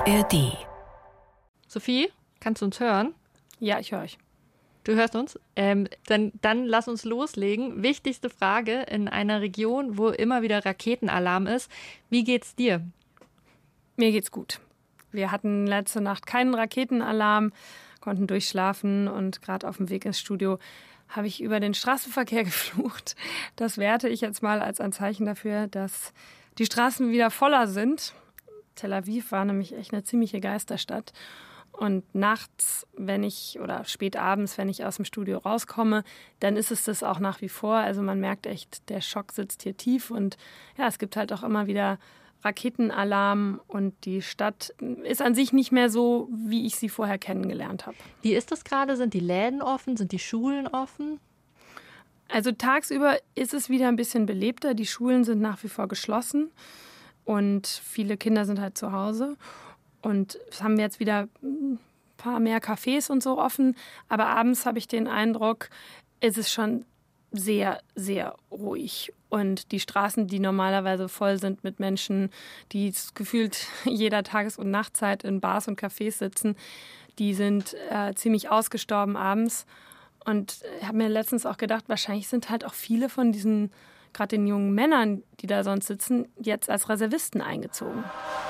ARD. Sophie, kannst du uns hören? Ja, ich höre euch. Du hörst uns? Dann lass uns loslegen. Wichtigste Frage in einer Region, wo immer wieder Raketenalarm ist. Wie geht's dir? Mir geht's gut. Wir hatten letzte Nacht keinen Raketenalarm, konnten durchschlafen und gerade auf dem Weg ins Studio habe ich über den Straßenverkehr geflucht. Das werte ich jetzt mal als ein Zeichen dafür, dass die Straßen wieder voller sind. Tel Aviv war nämlich echt eine ziemliche Geisterstadt. Und nachts, oder spät abends, wenn ich aus dem Studio rauskomme, dann ist es das auch nach wie vor. Also man merkt echt, der Schock sitzt hier tief. Und ja, es gibt halt auch immer wieder Raketenalarm. Und die Stadt ist an sich nicht mehr so, wie ich sie vorher kennengelernt habe. Wie ist das gerade? Sind die Läden offen? Sind die Schulen offen? Also tagsüber ist es wieder ein bisschen belebter. Die Schulen sind nach wie vor geschlossen. Und viele Kinder sind halt zu Hause. Und es haben jetzt wieder ein paar mehr Cafés und so offen. Aber abends habe ich den Eindruck, es ist schon sehr, sehr ruhig. Und die Straßen, die normalerweise voll sind mit Menschen, die gefühlt jeder Tages- und Nachtzeit in Bars und Cafés sitzen, die sind ziemlich ausgestorben abends. Und ich habe mir letztens auch gedacht, wahrscheinlich sind halt auch viele von diesen, gerade den jungen Männern, die da sonst sitzen, jetzt als Reservisten eingezogen.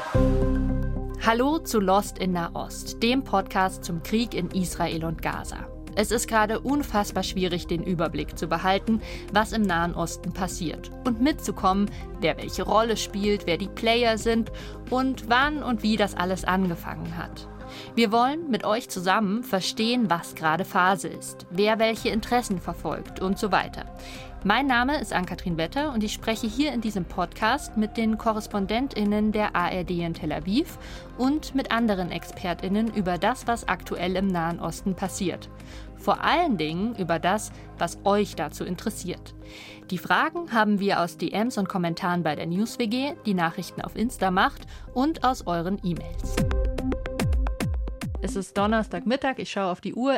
Hallo zu Lost in Nahost, dem Podcast zum Krieg in Israel und Gaza. Es ist gerade unfassbar schwierig, den Überblick zu behalten, was im Nahen Osten passiert und mitzukommen, wer welche Rolle spielt, wer die Player sind und wann und wie das alles angefangen hat. Wir wollen mit euch zusammen verstehen, was gerade Phase ist, wer welche Interessen verfolgt und so weiter. Mein Name ist Ann-Kathrin Wetter und ich spreche hier in diesem Podcast mit den KorrespondentInnen der ARD in Tel Aviv und mit anderen ExpertInnen über das, was aktuell im Nahen Osten passiert. Vor allen Dingen über das, was euch dazu interessiert. Die Fragen haben wir aus DMs und Kommentaren bei der NewsWG, die Nachrichten auf Insta macht und aus euren E-Mails. Es ist Donnerstagmittag, ich schaue auf die Uhr,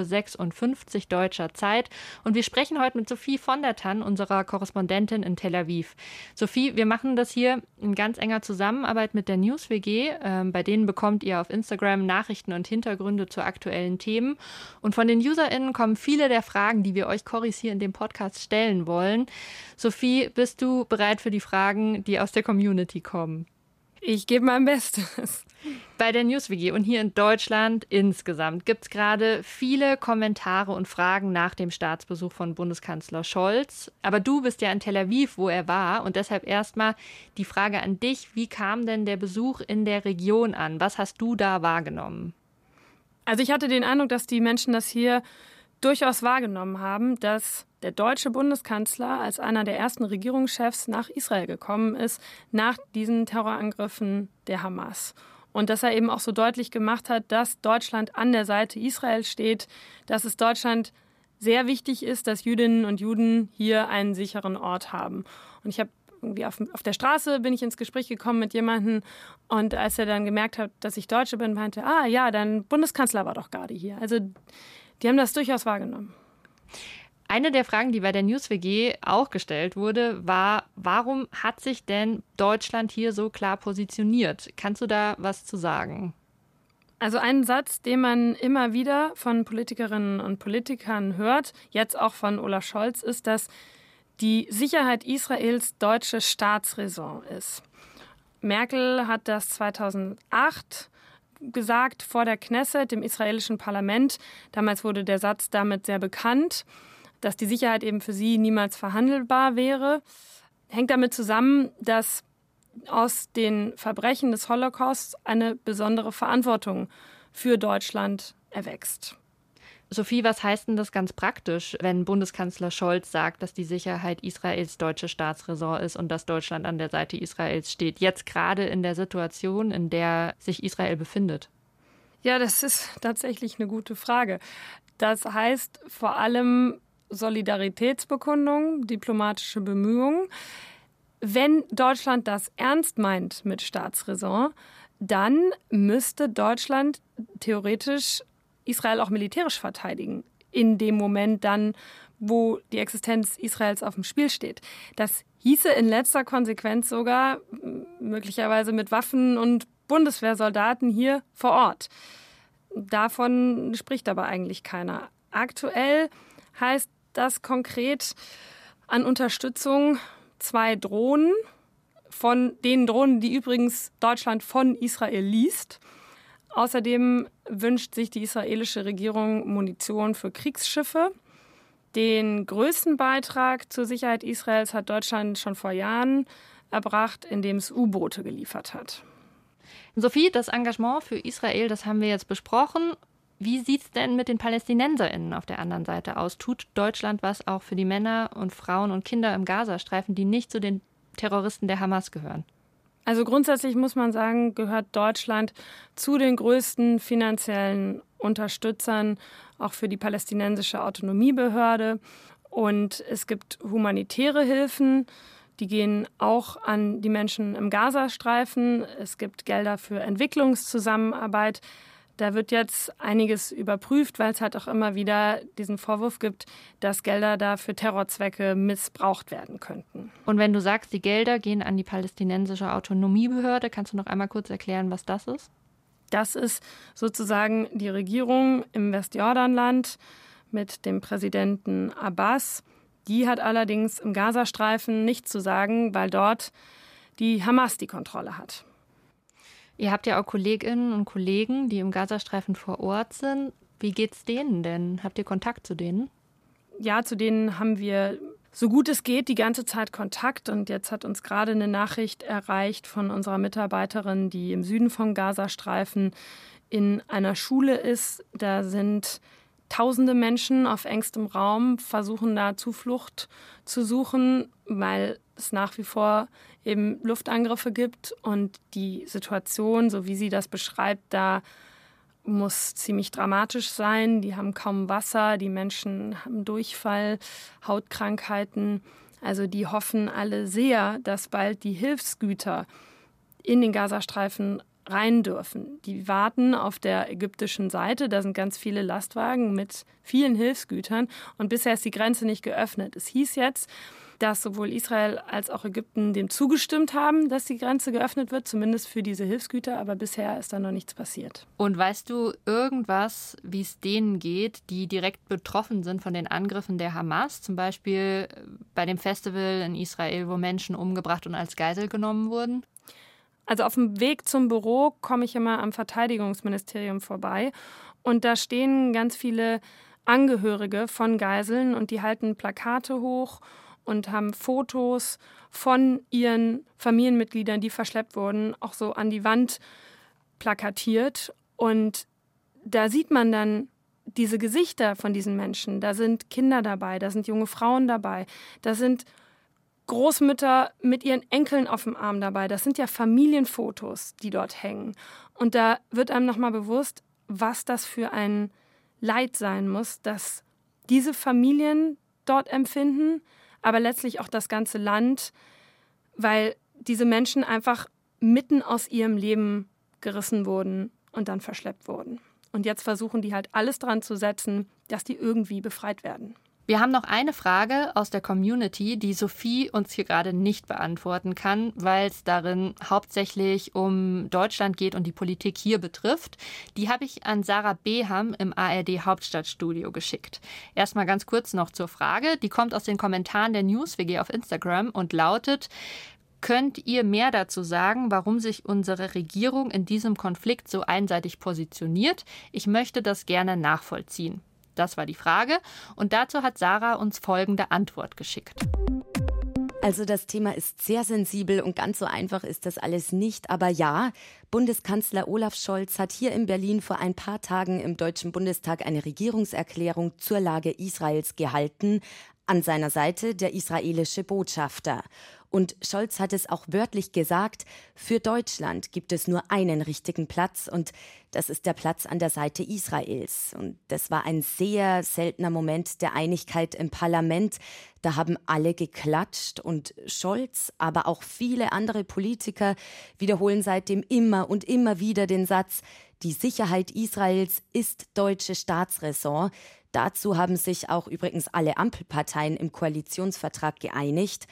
11.56 Uhr deutscher Zeit und wir sprechen heute mit Sophie von der Tann, unserer Korrespondentin in Tel Aviv. Sophie, wir machen das hier in ganz enger Zusammenarbeit mit der NewsWG. Bei denen bekommt ihr auf Instagram Nachrichten und Hintergründe zu aktuellen Themen. Und von den UserInnen kommen viele der Fragen, die wir euch Corris hier in dem Podcast stellen wollen. Sophie, bist du bereit für die Fragen, die aus der Community kommen? Ich gebe mein Bestes. Bei der NewsWG und hier in Deutschland insgesamt gibt es gerade viele Kommentare und Fragen nach dem Staatsbesuch von Bundeskanzler Scholz. Aber du bist ja in Tel Aviv, wo er war. Und deshalb erstmal die Frage an dich. Wie kam denn der Besuch in der Region an? Was hast du da wahrgenommen? Also ich hatte den Eindruck, dass die Menschen das hier durchaus wahrgenommen haben, dass der deutsche Bundeskanzler als einer der ersten Regierungschefs nach Israel gekommen ist, nach diesen Terrorangriffen der Hamas. Und dass er eben auch so deutlich gemacht hat, dass Deutschland an der Seite Israels steht, dass es Deutschland sehr wichtig ist, dass Jüdinnen und Juden hier einen sicheren Ort haben. Und ich habe irgendwie auf der Straße bin ich ins Gespräch gekommen mit jemandem und als er dann gemerkt hat, dass ich Deutsche bin, meinte, dein Bundeskanzler war doch gerade hier. Also die haben das durchaus wahrgenommen. Eine der Fragen, die bei der NewsWG auch gestellt wurde, war, warum hat sich denn Deutschland hier so klar positioniert? Kannst du da was zu sagen? Also ein Satz, den man immer wieder von Politikerinnen und Politikern hört, jetzt auch von Olaf Scholz, ist, dass die Sicherheit Israels deutsche Staatsräson ist. Merkel hat das 2008 gesagt vor der Knesset, dem israelischen Parlament. Damals wurde der Satz damit sehr bekannt, dass die Sicherheit eben für sie niemals verhandelbar wäre. Hängt damit zusammen, dass aus den Verbrechen des Holocaust eine besondere Verantwortung für Deutschland erwächst. Sophie, was heißt denn das ganz praktisch, wenn Bundeskanzler Scholz sagt, dass die Sicherheit Israels deutsche Staatsräson ist und dass Deutschland an der Seite Israels steht, jetzt gerade in der Situation, in der sich Israel befindet? Ja, das ist tatsächlich eine gute Frage. Das heißt vor allem Solidaritätsbekundung, diplomatische Bemühungen. Wenn Deutschland das ernst meint mit Staatsräson, dann müsste Deutschland theoretisch Israel auch militärisch verteidigen. In dem Moment dann, wo die Existenz Israels auf dem Spiel steht. Das hieße in letzter Konsequenz sogar möglicherweise mit Waffen und Bundeswehrsoldaten hier vor Ort. Davon spricht aber eigentlich keiner. Aktuell heißt das konkret an Unterstützung 2 Drohnen, von den Drohnen, die übrigens Deutschland von Israel liest. Außerdem wünscht sich die israelische Regierung Munition für Kriegsschiffe. Den größten Beitrag zur Sicherheit Israels hat Deutschland schon vor Jahren erbracht, indem es U-Boote geliefert hat. Sophie, das Engagement für Israel, das haben wir jetzt besprochen. Wie sieht es denn mit den PalästinenserInnen auf der anderen Seite aus? Tut Deutschland was auch für die Männer und Frauen und Kinder im Gazastreifen, die nicht zu den Terroristen der Hamas gehören? Also grundsätzlich muss man sagen, gehört Deutschland zu den größten finanziellen Unterstützern, auch für die palästinensische Autonomiebehörde. Und es gibt humanitäre Hilfen, die gehen auch an die Menschen im Gazastreifen. Es gibt Gelder für Entwicklungszusammenarbeit. Da wird jetzt einiges überprüft, weil es halt auch immer wieder diesen Vorwurf gibt, dass Gelder da für Terrorzwecke missbraucht werden könnten. Und wenn du sagst, die Gelder gehen an die palästinensische Autonomiebehörde, kannst du noch einmal kurz erklären, was das ist? Das ist sozusagen die Regierung im Westjordanland mit dem Präsidenten Abbas. Die hat allerdings im Gazastreifen nichts zu sagen, weil dort die Hamas die Kontrolle hat. Ihr habt ja auch Kolleginnen und Kollegen, die im Gazastreifen vor Ort sind. Wie geht's denen denn? Habt ihr Kontakt zu denen? Ja, zu denen haben wir so gut es geht die ganze Zeit Kontakt. Und jetzt hat uns gerade eine Nachricht erreicht von unserer Mitarbeiterin, die im Süden vom Gazastreifen in einer Schule ist. Da sind Tausende Menschen auf engstem Raum, versuchen da Zuflucht zu suchen, weil es nach wie vor eben Luftangriffe gibt. Und die Situation, so wie sie das beschreibt, da muss ziemlich dramatisch sein. Die haben kaum Wasser, die Menschen haben Durchfall, Hautkrankheiten. Also die hoffen alle sehr, dass bald die Hilfsgüter in den Gazastreifen rein dürfen. Die warten auf der ägyptischen Seite. Da sind ganz viele Lastwagen mit vielen Hilfsgütern. Und bisher ist die Grenze nicht geöffnet. Es hieß jetzt, dass sowohl Israel als auch Ägypten dem zugestimmt haben, dass die Grenze geöffnet wird, zumindest für diese Hilfsgüter. Aber bisher ist da noch nichts passiert. Und weißt du irgendwas, wie es denen geht, die direkt betroffen sind von den Angriffen der Hamas? Zum Beispiel bei dem Festival in Israel, wo Menschen umgebracht und als Geisel genommen wurden? Also auf dem Weg zum Büro komme ich immer am Verteidigungsministerium vorbei. Und da stehen ganz viele Angehörige von Geiseln und die halten Plakate hoch und haben Fotos von ihren Familienmitgliedern, die verschleppt wurden, auch so an die Wand plakatiert. Und da sieht man dann diese Gesichter von diesen Menschen. Da sind Kinder dabei, da sind junge Frauen dabei, da sind Großmütter mit ihren Enkeln auf dem Arm dabei. Das sind ja Familienfotos, die dort hängen. Und da wird einem nochmal bewusst, was das für ein Leid sein muss, dass diese Familien dort empfinden, aber letztlich auch das ganze Land, weil diese Menschen einfach mitten aus ihrem Leben gerissen wurden und dann verschleppt wurden. Und jetzt versuchen die halt alles dran zu setzen, dass die irgendwie befreit werden. Wir haben noch eine Frage aus der Community, die Sophie uns hier gerade nicht beantworten kann, weil es darin hauptsächlich um Deutschland geht und die Politik hier betrifft. Die habe ich an Sarah Beham im ARD Hauptstadtstudio geschickt. Erstmal ganz kurz noch zur Frage. Die kommt aus den Kommentaren der NewsWG auf Instagram und lautet: Könnt ihr mehr dazu sagen, warum sich unsere Regierung in diesem Konflikt so einseitig positioniert? Ich möchte das gerne nachvollziehen. Das war die Frage. Und dazu hat Sarah uns folgende Antwort geschickt. Also das Thema ist sehr sensibel und ganz so einfach ist das alles nicht. Aber ja, Bundeskanzler Olaf Scholz hat hier in Berlin vor ein paar Tagen im Deutschen Bundestag eine Regierungserklärung zur Lage Israels gehalten. An seiner Seite der israelische Botschafter. Und Scholz hat es auch wörtlich gesagt, für Deutschland gibt es nur einen richtigen Platz und das ist der Platz an der Seite Israels. Und das war ein sehr seltener Moment der Einigkeit im Parlament. Da haben alle geklatscht und Scholz, aber auch viele andere Politiker wiederholen seitdem immer und immer wieder den Satz: Die Sicherheit Israels ist deutsche Staatsräson. Dazu haben sich auch übrigens alle Ampelparteien im Koalitionsvertrag geeinigt.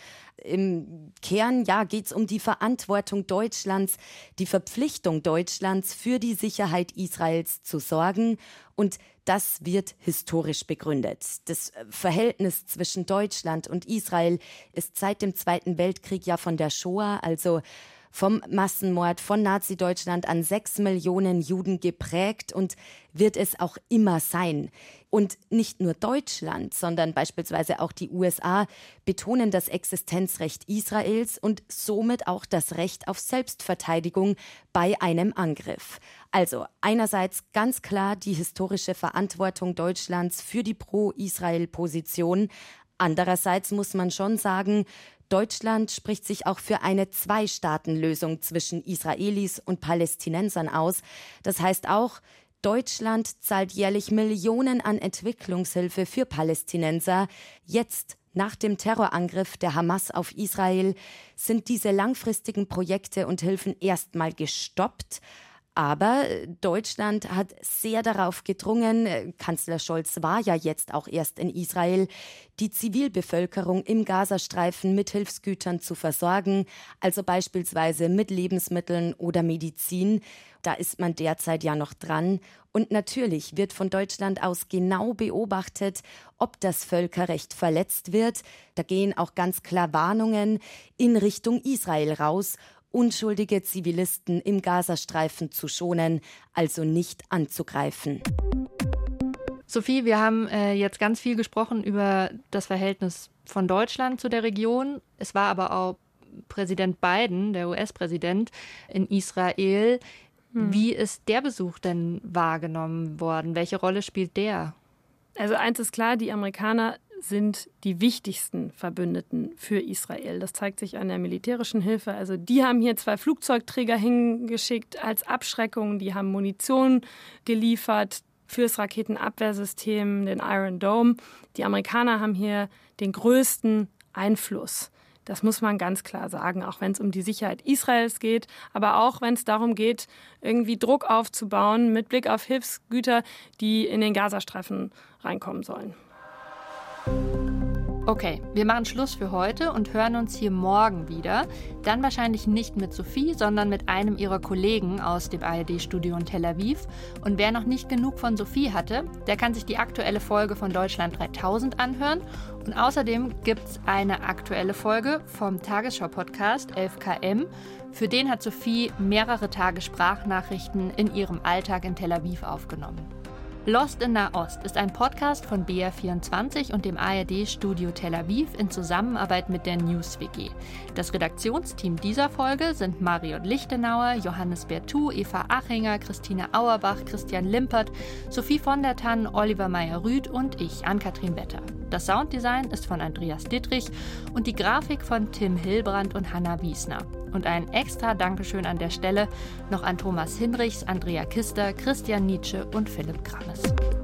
Im Kern geht es um die Verantwortung Deutschlands, die Verpflichtung Deutschlands für die Sicherheit Israels zu sorgen. Und das wird historisch begründet. Das Verhältnis zwischen Deutschland und Israel ist seit dem Zweiten Weltkrieg von der Shoah, also vom Massenmord von Nazi-Deutschland an 6 Millionen Juden geprägt und wird es auch immer sein. Und nicht nur Deutschland, sondern beispielsweise auch die USA betonen das Existenzrecht Israels und somit auch das Recht auf Selbstverteidigung bei einem Angriff. Also einerseits ganz klar die historische Verantwortung Deutschlands für die Pro-Israel-Position. Andererseits muss man schon sagen, Deutschland spricht sich auch für eine Zwei-Staaten-Lösung zwischen Israelis und Palästinensern aus. Das heißt auch, Deutschland zahlt jährlich Millionen an Entwicklungshilfe für Palästinenser. Jetzt, nach dem Terrorangriff der Hamas auf Israel, sind diese langfristigen Projekte und Hilfen erstmal gestoppt. Aber Deutschland hat sehr darauf gedrungen, Kanzler Scholz war ja jetzt auch erst in Israel, die Zivilbevölkerung im Gazastreifen mit Hilfsgütern zu versorgen, also beispielsweise mit Lebensmitteln oder Medizin. Da ist man derzeit noch dran. Und natürlich wird von Deutschland aus genau beobachtet, ob das Völkerrecht verletzt wird. Da gehen auch ganz klar Warnungen in Richtung Israel raus, unschuldige Zivilisten im Gazastreifen zu schonen, also nicht anzugreifen. Sophie, wir haben jetzt ganz viel gesprochen über das Verhältnis von Deutschland zu der Region. Es war aber auch Präsident Biden, der US-Präsident, in Israel. Wie ist der Besuch denn wahrgenommen worden? Welche Rolle spielt der? Also eins ist klar, die Amerikaner sind die wichtigsten Verbündeten für Israel. Das zeigt sich an der militärischen Hilfe. Also die haben hier 2 Flugzeugträger hingeschickt als Abschreckung. Die haben Munition geliefert fürs Raketenabwehrsystem, den Iron Dome. Die Amerikaner haben hier den größten Einfluss. Das muss man ganz klar sagen, auch wenn es um die Sicherheit Israels geht, aber auch wenn es darum geht, irgendwie Druck aufzubauen mit Blick auf Hilfsgüter, die in den Gazastreifen reinkommen sollen. Okay, wir machen Schluss für heute und hören uns hier morgen wieder. Dann wahrscheinlich nicht mit Sophie, sondern mit einem ihrer Kollegen aus dem ARD-Studio in Tel Aviv. Und wer noch nicht genug von Sophie hatte, der kann sich die aktuelle Folge von Deutschland 3000 anhören. Und außerdem gibt es eine aktuelle Folge vom Tagesschau-Podcast 11KM. Für den hat Sophie mehrere Tage Sprachnachrichten in ihrem Alltag in Tel Aviv aufgenommen. Lost in Nahost ist ein Podcast von BR24 und dem ARD-Studio Tel Aviv in Zusammenarbeit mit der NewsWG. Das Redaktionsteam dieser Folge sind Marion Lichtenauer, Johannes Bertou, Eva Achinger, Christine Auerbach, Christian Limpert, Sophie von der Tann, Oliver Meyer-Rüth und ich, Ann-Kathrin Wetter. Das Sounddesign ist von Andreas Dittrich und die Grafik von Tim Hilbrand und Hanna Wiesner. Und ein extra Dankeschön an der Stelle noch an Thomas Hinrichs, Andrea Kister, Christian Nietzsche und Philipp Krammes.